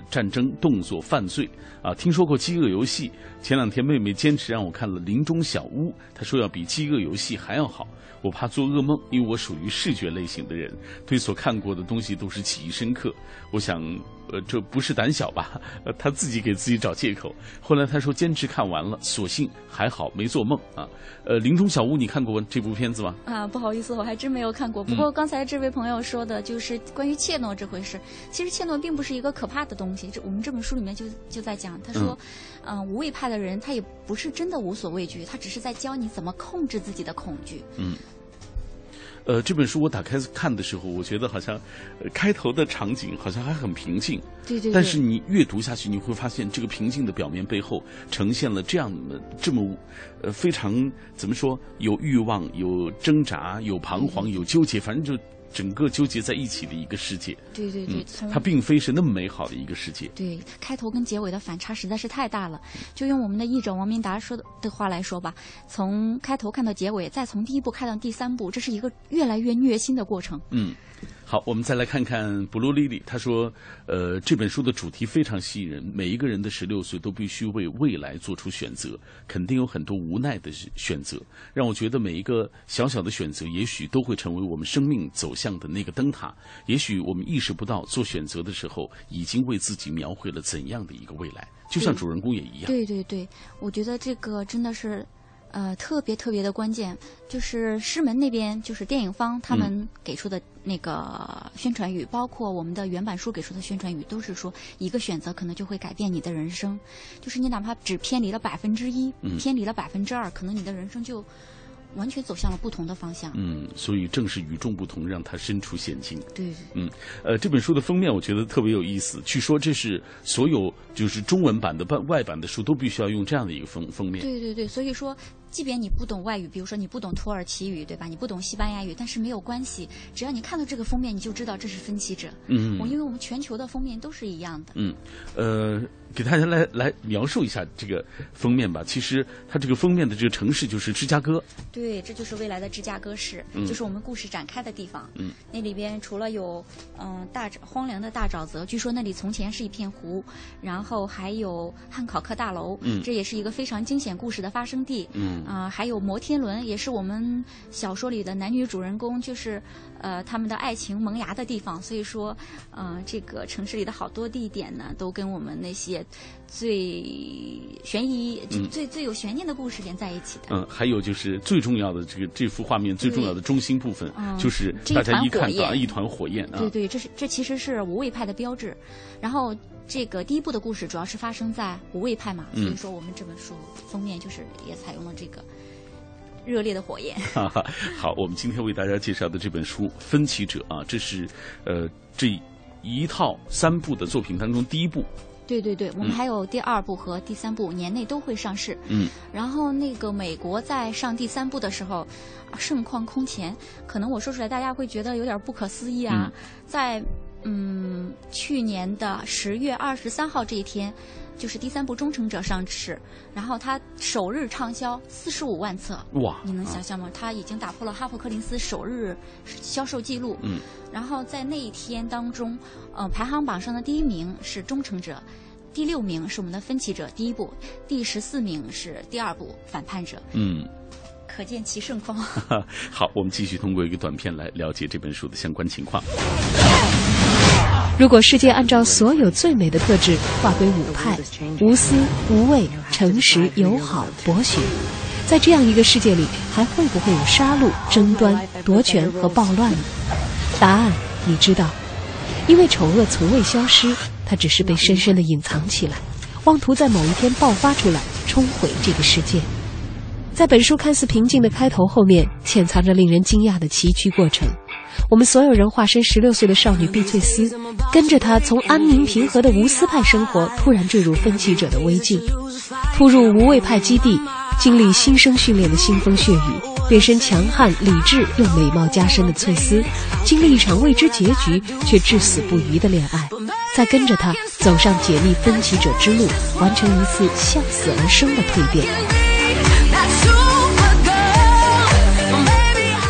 战争、动作、犯罪啊。听说过饥饿游戏，前2天妹妹坚持让我看了《林中小屋》，她说要比饥饿游戏还要好。我怕做噩梦，因为我属于视觉类型的人，对所看过的东西都是记忆深刻。我想，这不是胆小吧？他自己给自己找借口。后来他说坚持看完了，所幸还好没做梦啊。林中小屋，你看过这部片子吗？ 啊，不好意思，我还真没有看过。不过刚才这位朋友说的就是关于怯懦这回事。其实怯懦并不是一个可怕的东西，我们这本书里面就在讲，他说，无畏派的人他也不是真的无所畏惧，他只是在教你怎么控制自己的恐惧。 这本书我打开看的时候，我觉得好像，开头的场景好像还很平静， 对。 但是你阅读下去，你会发现这个平静的表面背后呈现了这么非常怎么说，有欲望、有挣扎、有彷徨、有纠结，反正就整个纠结在一起的一个世界。 对， 它并非是那么美好的一个世界。 对，开头跟结尾的反差实在是太大了。就用我们的译者王明达说的话来说吧，从开头看到结尾，再从第1部看到第3部，这是一个越来越虐心的过程。 好，我们再来看看布鲁莉莉，他说，这本书的主题非常吸引人，每一个人的16岁都必须为未来做出选择，肯定有很多无奈的选择，让我觉得每一个小小的选择，也许都会成为我们生命走向的那个灯塔，也许我们意识不到，做选择的时候，已经为自己描绘了怎样的一个未来，就像主人公也一样。 对，我觉得这个真的是。特别的关键，就是师门那边，就是电影方他们给出的那个宣传语，包括我们的原版书给出的宣传语，都是说一个选择可能就会改变你的人生，就是你哪怕只偏离了1%，偏离了2%，可能你的人生就完全走向了不同的方向。 所以正是与众不同，让它身处险境。 对。 这本书的封面我觉得特别有意思，据说这是所有就是中文版的外版的书都必须要用这样的一个封面。 对，所以说。即便你不懂外语，比如说你不懂土耳其语，对吧？你不懂西班牙语，但是没有关系，只要你看到这个封面，你就知道这是分歧者。因为我们全球的封面都是一样的。 给大家来描述一下这个封面吧。其实它这个封面的这个城市就是芝加哥。 对，这就是未来的芝加哥市，就是我们故事展开的地方。那里边除了有荒凉的大沼泽，据说那里从前是一片湖，然后还有汉考克大楼，这也是一个非常惊险故事的发生地。还有摩天轮，也是我们小说里的男女主人公，就是他们的爱情萌芽的地方。所以说，这个城市里的好多地点呢，都跟我们那些最悬疑、最有悬念的故事连在一起的。 还有就是最重要的这幅画面最重要的中心部分，就是大家一看到一团火焰。 对，这其实是无畏派的标志。然后这个第1部的故事主要是发生在无畏派嘛，所以说我们这本书封面就是也采用了这个热烈的火焰。 好，我们今天为大家介绍的这本书《分歧者》啊，这是这一套3部的作品当中第1部。 对，我们还有第2部和第3部年内都会上市。然后那个美国在上第3部的时候，盛况空前，可能我说出来大家会觉得有点不可思议啊。在去年的10月23号这一天，就是第3部《忠诚者》上市，然后它首日畅销45万册。 哇！ 你能想象吗？它已经打破了哈珀柯林斯首日销售记录。然后在那一天当中，排行榜上的第1名是《忠诚者》，第6名是我们的《分歧者》第1部，第14名是第2部《反叛者》。可见其盛况。 好，我们继续通过一个短片来了解这本书的相关情况。 如果世界按照所有最美的特质划归5派：无私、无畏、诚实、友好、博学，在这样一个世界里，还会不会有杀戮、争端、夺权和暴乱呢？答案你知道，因为丑恶从未消失，它只是被深深地隐藏起来，妄图在某一天爆发出来，冲毁这个世界。在本书看似平静的开头后面，潜藏着令人惊讶的崎岖过程。我们所有人化身16岁的少女碧翠丝，跟着她从安宁平和的无私派生活突然坠入分歧者的危境，突入无畏派基地，经历新生训练的腥风血雨，变身强悍理智又美貌加身的翠丝，经历一场未知结局却至死不渝的恋爱，再跟着她走上解密分歧者之路，完成一次向死而生的蜕变。 今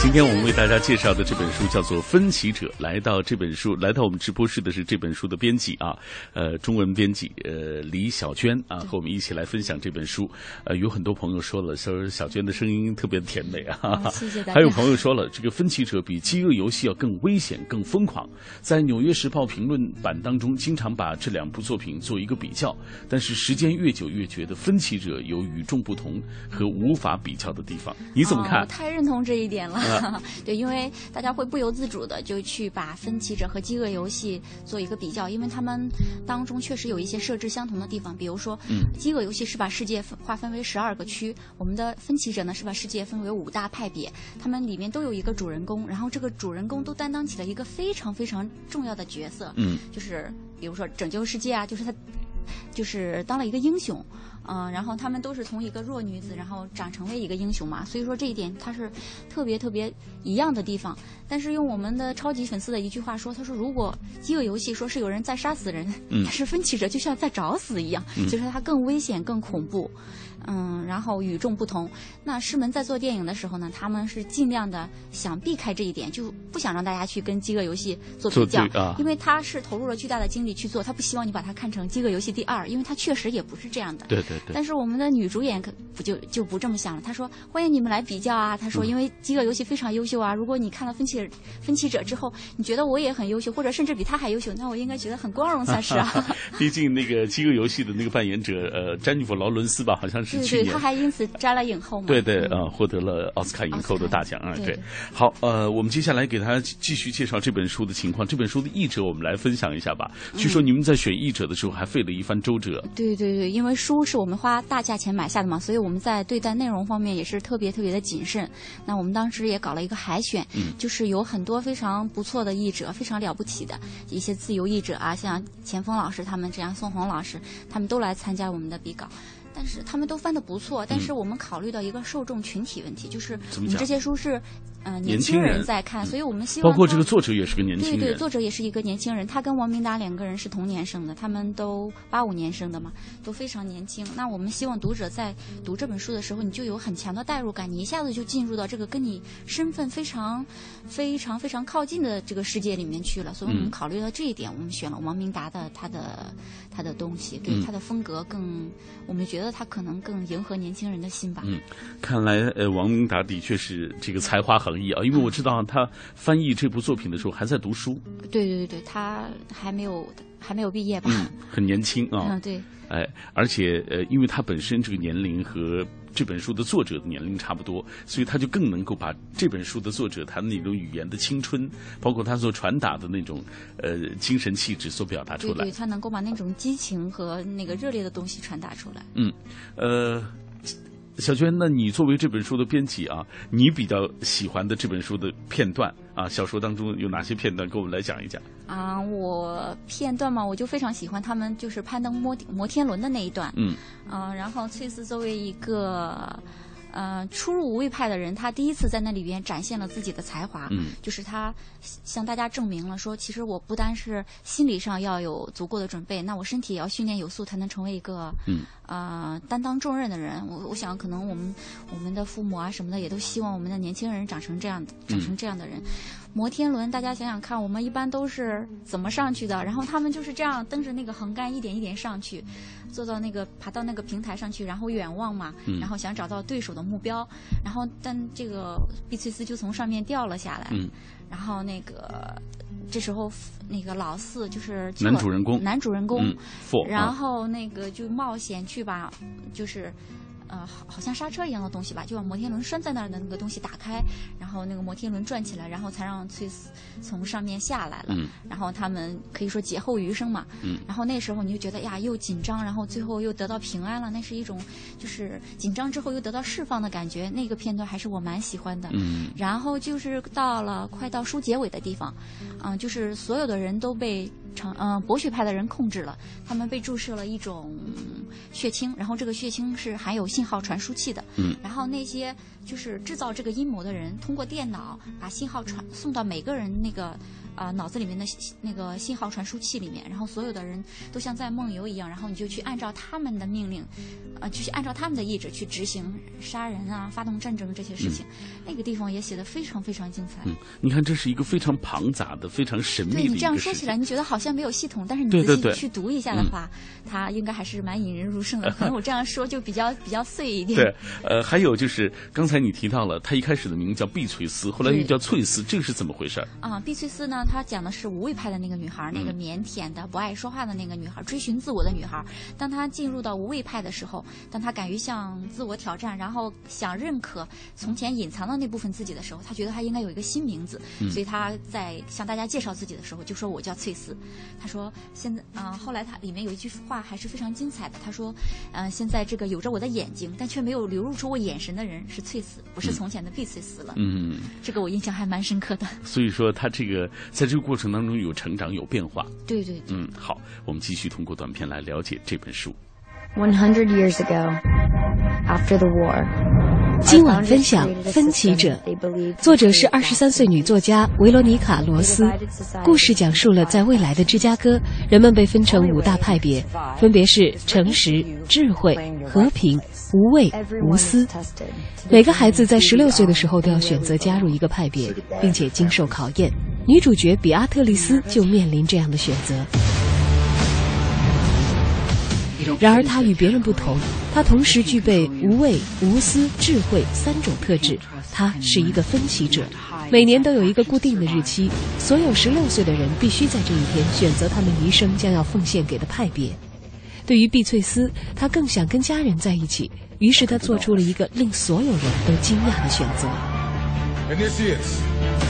今天我们为大家介绍的这本书叫做《分歧者》。来到我们直播室的是这本书的编辑啊，中文编辑李小娟啊，和我们一起来分享这本书。有很多朋友说小娟的声音特别甜美啊， 谢谢大家。 还有朋友说了，这个《分歧者》比饥饿游戏要更危险、更疯狂。在《纽约时报》评论版当中，经常把这两部作品做一个比较，但是时间越久越觉得《分歧者》有与众不同和无法比较的地方。你怎么看？ 我太认同这一点了。对，因为大家会不由自主的就去把分歧者和饥饿游戏做一个比较，因为他们当中确实有一些设置相同的地方，比如说，饥饿游戏是把世界划分为12个区，我们的分歧者呢是把世界分为5大派别，他们里面都有一个主人公，然后这个主人公都担当起了一个非常非常重要的角色，就是比如说拯救世界啊，就是他就是当了一个英雄。然后他们都是从一个弱女子，然后长成为一个英雄嘛，所以说这一点它是特别特别一样的地方。但是用我们的超级粉丝的一句话说，他说如果饥饿游戏说是有人在杀死人，但是分歧者就像在找死一样，就是它更危险、更恐怖。然后与众不同。那狮门在做电影的时候呢，他们是尽量的想避开这一点，就不想让大家去跟饥饿游戏做比较，因为他是投入了巨大的精力去做，他不希望你把它看成饥饿游戏第2，因为他确实也不是这样的。 对对对。 但是我们的女主演就不这么想了，她说欢迎你们来比较啊，她说因为饥饿游戏非常优秀啊，如果你看了分歧者之后，你觉得我也很优秀，或者甚至比他还优秀，那我应该觉得很光荣才是啊。 毕竟那个饥饿游戏的那个扮演者詹妮弗·劳伦斯吧，好像是去年对，他还因此摘了影后嘛。 对对获得了奥斯卡影后的大奖啊。对，好我们接下来给大家继续介绍这本书的情况。这本书的译者我们来分享一下吧。据说你们在选译者的时候还费了一番周折。 对对对，因为书是我们花大价钱买下的嘛，所以我们在对待内容方面也是特别特别的谨慎。那我们当时也搞了一个海选，就是有很多非常不错的译者，非常了不起的一些自由译者啊，像钱枫老师他们这样，宋红老师他们都来参加我们的比稿。但是他们都翻得不错，但是我们考虑到一个受众群体问题，就是我们这些书是年轻人在看，所以我们希望包括这个作者也是个年轻人， 对，作者也是一个年轻人，他跟王明达2个人是同年生的，他们都85年生的嘛，都非常年轻。那我们希望读者在读这本书的时候，你就有很强的代入感，你一下子就进入到这个跟你身份非常非常非常靠近的这个世界里面去了。所以我们考虑到这一点，我们选了王明达的他的东西，对他的风格更，我们觉得他可能更迎合年轻人的心吧。 看来王明达的确是这个才华横溢啊，因为我知道他翻译这部作品的时候还在读书。对对对对，他还没有毕业吧？ 很年轻啊。 对。 而且因为他本身这个年龄和这本书的作者的年龄差不多，所以他就更能够把这本书的作者他那种语言的青春，包括他所传达的那种精神气质所表达出来。 对，他能够把那种激情和那个热烈的东西传达出来。 小娟，那你作为这本书的编辑啊，你比较喜欢的这本书的片段啊，小说当中有哪些片段，跟我们来讲一讲？ 我片段嘛，我就非常喜欢他们就是攀登摩天轮的那一段。然后翠丝作为一个初入无畏派的人，他第一次在那里边展现了自己的才华，就是他向大家证明了说，其实我不单是心理上要有足够的准备，那我身体也要训练有素，才能成为一个担当重任的人。我想可能我们的父母啊什么的也都希望我们的年轻人长成这样的人。摩天轮，大家想想看，我们一般都是怎么上去的？然后他们就是这样蹬着那个横杆一点一点上去，爬到那个平台上去，然后远望嘛，然后想找到对手的目标，然后但这个碧翠丝就从上面掉了下来，然后这时候那个老四就是男主人公， 然后那个就冒险去把就是。好像刹车一样的东西吧，就把摩天轮拴在那儿的那个东西打开，然后那个摩天轮转起来，然后才让翠丝从上面下来了。然后他们可以说劫后余生嘛。然后那时候你就觉得呀，又紧张，然后最后又得到平安了，那是一种就是紧张之后又得到释放的感觉。那个片段还是我蛮喜欢的。然后就是快到书结尾的地方，就是所有的人都被博学派的人控制了，他们被注射了一种血清，然后这个血清是含有信号传输器的。然后那些就是制造这个阴谋的人，通过电脑把信号送到每个人那个脑子里面的那个信号传输器里面，然后所有的人都像在梦游一样，然后你就去按照他们的命令，就去按照他们的意志去执行杀人啊、发动战争这些事情。那个地方也写得非常非常精彩。 你看这是一个非常庞杂的、非常神秘的一个事情。 对，你这样说起来，你觉得好像没有系统，但是你仔细去读一下的话，它应该还是蛮引人入胜的。可能我这样说就比较碎一点。 对，还有就是刚才你提到了，他一开始的名字叫碧翠丝，后来又叫翠丝，这个是怎么回事？ 碧翠丝呢，她讲的是无畏派的那个女孩，那个腼腆的、不爱说话的那个女孩，追寻自我的女孩。当她进入到无畏派的时候，当她敢于向自我挑战，然后想认可从前隐藏的那部分自己的时候，她觉得她应该有一个新名字，所以她在向大家介绍自己的时候就说我叫翠丝。她说现在后来她里面有一句话还是非常精彩的，她说现在这个有着我的眼睛但却没有流露出我眼神的人是翠丝，不是从前的碧翠丝了。这个我印象还蛮深刻的。 所以说他这个在这个过程当中有成长有变化。 对。 好，我们继续通过短片来了解这本书。 100 years ago, after the war. 今晚分享《分歧者》，作者是23岁女作家维罗妮卡·罗斯。故事讲述了在未来的芝加哥，人们被分成5大派别，分别是诚实、智慧、和平、无畏、无私。每个孩子在16岁的时候都要选择加入一个派别，并且经受考验。女主角比阿特丽斯就面临这样的选择。然而她与别人不同，她同时具备无畏、无私、智慧3种特质。她是一个分歧者，每年都有一个固定的日期，所有16岁的人必须在这一天选择他们一生将要奉献给的派别。对于碧翠丝，她更想跟家人在一起，于是她做出了一个令所有人都惊讶的选择。 And this is,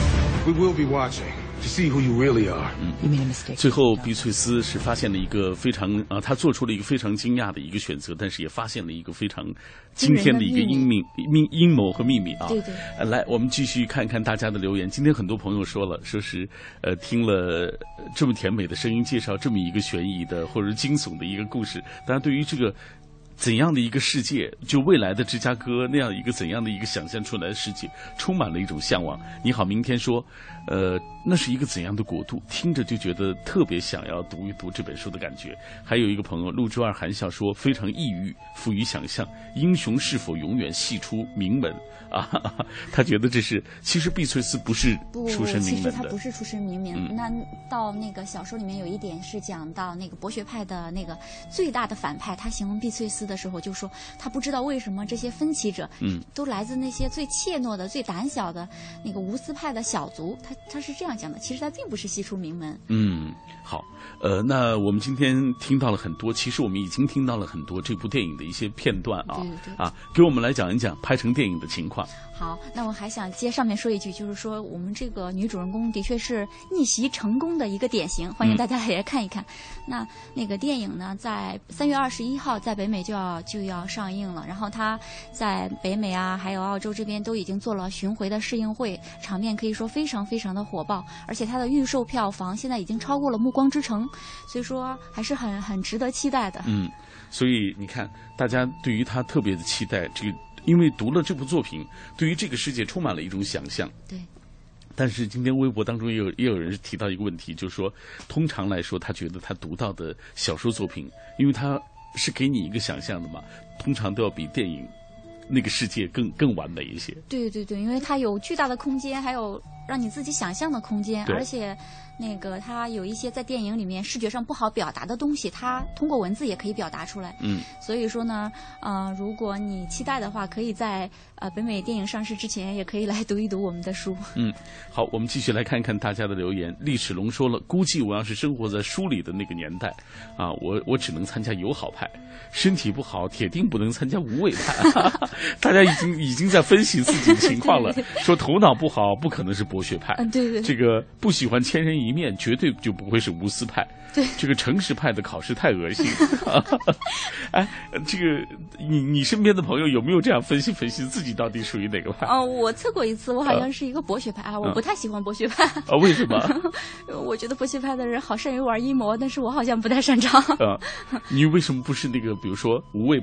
we will be watching. To see who you really are. 最后，碧翠丝是发现了一个非常他做出了一个非常惊讶的一个选择，但是也发现了一个非常惊天的一个阴谋和秘密啊！ 对。 来，我们继续看看大家的留言。今天很多朋友说了，说是听了这么甜美的声音介绍这么一个悬疑的或者惊悚的一个故事，当然对于这个。怎样的一个世界，就未来的芝加哥那样一个怎样的一个想象出来的世界，充满了一种向往。你好，明天说，那是一个怎样的国度？听着就觉得特别想要读一读这本书的感觉。还有一个朋友陆之二含笑说，非常抑郁，富于想象，英雄是否永远系出名门啊？他觉得这是，其实碧翠丝不是出身名门的， 其实他不是出身名门。那到那个小说里面有一点是讲到那个博学派的那个最大的反派，他形容碧翠丝的时候就说，他不知道为什么这些分歧者，都来自那些最怯懦的、最胆小的那个无私派的小族。他是这样讲的，其实他并不是系出名门。 好，那我们今天听到了很多，其实我们已经听到了很多这部电影的一些片段啊， 对， 给我们来讲一讲拍成电影的情况。 好，那我还想接上面说一句，就是说我们这个女主人公的确是逆袭成功的一个典型，欢迎大家也看一看。那个电影呢，在3月21号在北美就要上映了，然后它在北美啊，还有澳洲这边都已经做了巡回的试映会，场面可以说非常非常的火爆，而且它的预售票房现在已经超过了《暮光之城》，所以说还是很值得期待的。 所以你看，大家对于它特别的期待，这个因为读了这部作品，对于这个世界充满了一种想象。 对。 但是今天微博当中也有人提到一个问题，就是说，通常来说，他觉得他读到的小说作品，因为他是给你一个想象的嘛，通常都要比电影那个世界更完美一些。 对，因为它有巨大的空间，还有让你自己想象的空间，而且那个它有一些在电影里面视觉上不好表达的东西，它通过文字也可以表达出来。所以说呢，如果你期待的话，可以在北美电影上市之前，也可以来读一读我们的书。 好，我们继续来看看大家的留言。历史龙说了，估计我要是生活在书里的那个年代啊，我只能参加友好派，身体不好铁定不能参加无畏派。大家已经在分析自己的情况了，说头脑不好不可能是博学派， 对， 这个不喜欢千人一面，绝对就不会是无私派。 对， 这个诚实派的考试太恶心。哎，这个你身边的朋友有没有这样分析自己到底属于哪个派？ 我测过一次，我好像是一个博学派我不太喜欢博学派。 为什么？ 我觉得博学派的人好善于玩阴谋，但是我好像不太擅长。 你为什么不是那个比如说无畏派？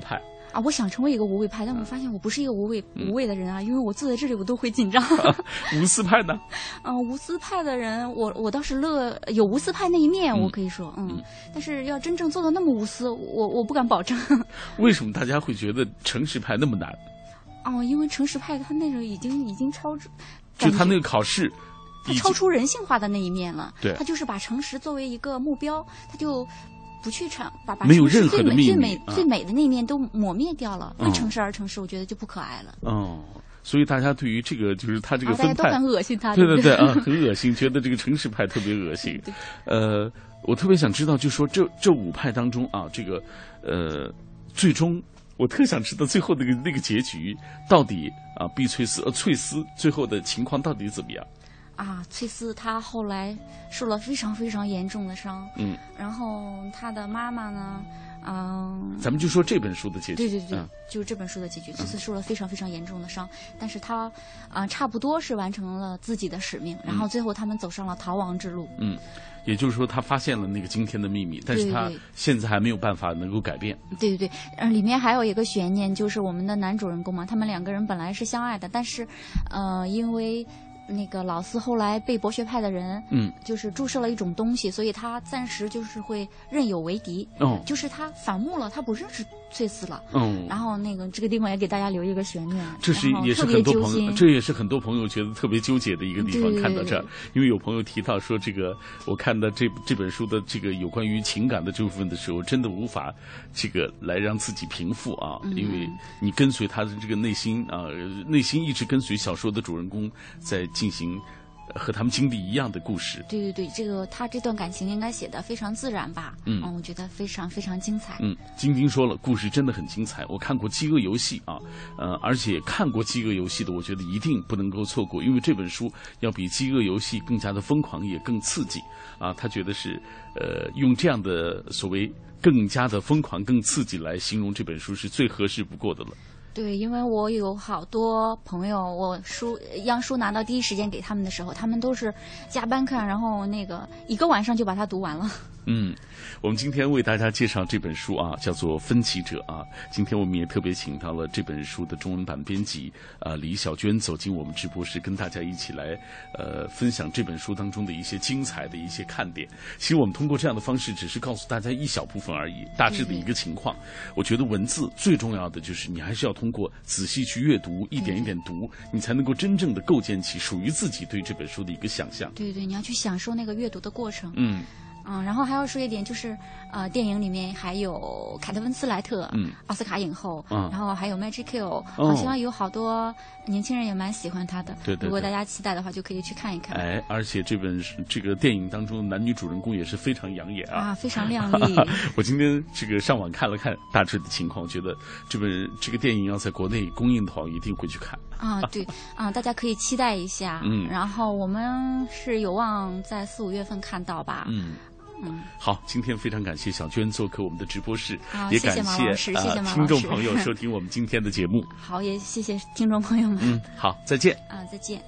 啊，我想成为一个无畏派，但我发现我不是一个无畏的人啊，因为我坐在这里我都会紧张。 无私派呢？ 无私派的人，我倒是有无私派那一面，我可以说，但是要真正做到那么无私，我不敢保证。 为什么大家会觉得诚实派那么难？ 因为诚实派他那种已经超出， 就他那个考试， 他超出人性化的那一面了。 对， 他就是把诚实作为一个目标，他就不去把没有任何的秘密， 最美的那一面都抹灭掉了。为诚实而诚实，我觉得就不可爱了。 所以大家对于这个就是他这个分派， 大家都很恶心他。 对很恶心，觉得这个诚实派特别恶心。我特别想知道，就说这5派当中啊，这个最终。我特想知道最后那个结局到底啊，翠丝最后的情况到底怎么样？ 翠丝她后来受了非常非常严重的伤，然后她的妈妈呢， 咱们就说这本书的结局， 对，就是这本书的结局。翠丝受了非常非常严重的伤，但是她差不多是完成了自己的使命，然后最后他们走上了逃亡之路。 也就是说，他发现了那个惊天的秘密，但是他现在还没有办法能够改变。 对，里面还有一个悬念，就是我们的男主人公嘛，他们2个人本来是相爱的，但是，因为那个老四后来被博学派的人，就是注射了一种东西，所以他暂时就是会认友为敌。就是他反目了，他不认识翠丝了。然后这个地方也给大家留一个悬念， 这也是很多朋友觉得特别纠结的一个地方。看到这儿，因为有朋友提到说，这个我看到这本书的这个有关于情感的这部分的时候，真的无法这个来让自己平复啊，因为你跟随他的这个内心一直跟随小说的主人公在进行和他们经历一样的故事。对，他这段感情应该写得非常自然吧？我觉得非常非常精彩。晶晶说了，故事真的很精彩。我看过《饥饿游戏》啊，而且看过《饥饿游戏》的，我觉得一定不能够错过，因为这本书要比《饥饿游戏》更加的疯狂，也更刺激啊。他觉得是用这样的所谓更加的疯狂、更刺激来形容这本书是最合适不过的了。 对，因为我有好多朋友，我央书拿到第一时间给他们的时候，他们都是加班看，然后一个晚上就把它读完了。 我们今天为大家介绍这本书啊，叫做《分歧者》啊。今天我们也特别请到了这本书的中文版编辑李小娟走进我们直播室，跟大家一起来分享这本书当中的一些精彩的一些看点。其实我们通过这样的方式，只是告诉大家一小部分而已，大致的一个情况。我觉得文字最重要的就是你还是要通过仔细去阅读，一点一点读，你才能够真正的构建起属于自己对这本书的一个想象。对，你要去享受那个阅读的过程。然后还要说一点，就是电影里面还有凯特温斯莱特，奥斯卡影后，然后还有 Magic Kill，好像有好多年轻人也蛮喜欢他的。对，如果大家期待的话，就可以去看一看。 而且这个电影当中的男女主人公也是非常养眼啊， 非常靓丽。 我今天这个上网看了看大致的情况，觉得这个电影要在国内公映的话，一定会去看。 对大家可以期待一下。然后我们是有望在4、5月份看到吧。 好，今天非常感谢小娟做客我们的直播室， 也感谢听众朋友收听我们今天的节目。 好，也谢谢听众朋友们。 好，再见。 再见。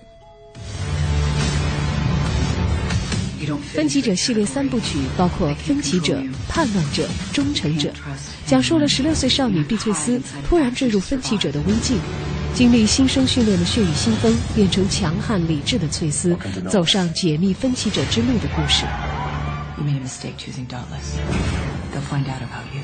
分歧者系列3部曲包括《分歧者》《叛乱者》《忠诚者》，讲述了16岁少女碧翠丝突然坠入分歧者的危境，经历新生训练的血雨腥风，变成强悍理智的翠丝，走上解密分歧者之路的故事。 You made a mistake choosing Dauntless. They'll find out about you.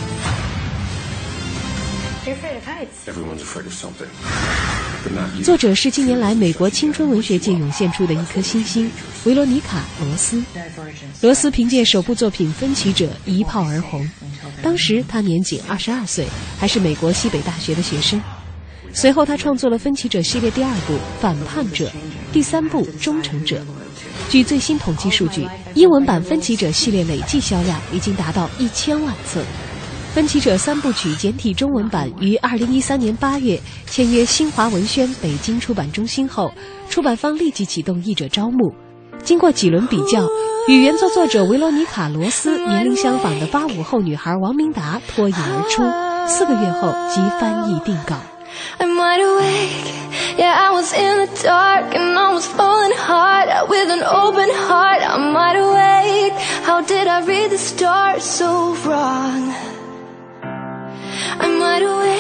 You're afraid of heights. Everyone's afraid of something, but not you. 作者是近年来美国青春文学界涌现出的一颗新星维罗妮卡·罗斯。罗斯凭借首部作品《分歧者》一炮而红，当时他年仅22岁，还是美国西北大学的学生。随后他创作了《分歧者》系列第2部《反叛者》，第3部《忠诚者》。据最新统计数据，英文版《分歧者》系列累计销量已经达到1000万册。《分歧者》3部曲简体中文版于2013年8月签约新华文轩北京出版中心后，出版方立即启动译者招募。经过几轮比较，与原作作者维罗妮卡·罗斯年龄相仿的85后女孩王明达脱颖而出，4个月后即翻译定稿。 I'm wide awake, yeah, I was in the dark and I was falling hard with an open heart. I'm wide awake, how did I read the stars so wrong? I'm wide awake.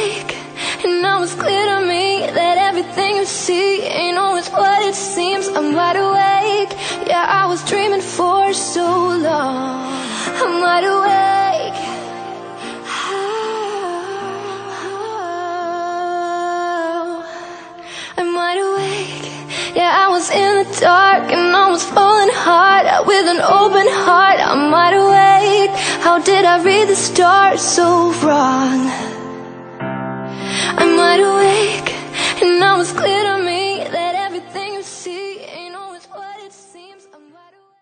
And now it's clear to me that everything you see ain't always what it seems. I'm wide awake, yeah, I was dreaming for so long. I'm wide awake. I'm wide awake, yeah, I was in the dark and I was falling hard with an open heart. I'm wide awake, how did I read the stars so wrong? I'm wide awake, and now it's clear to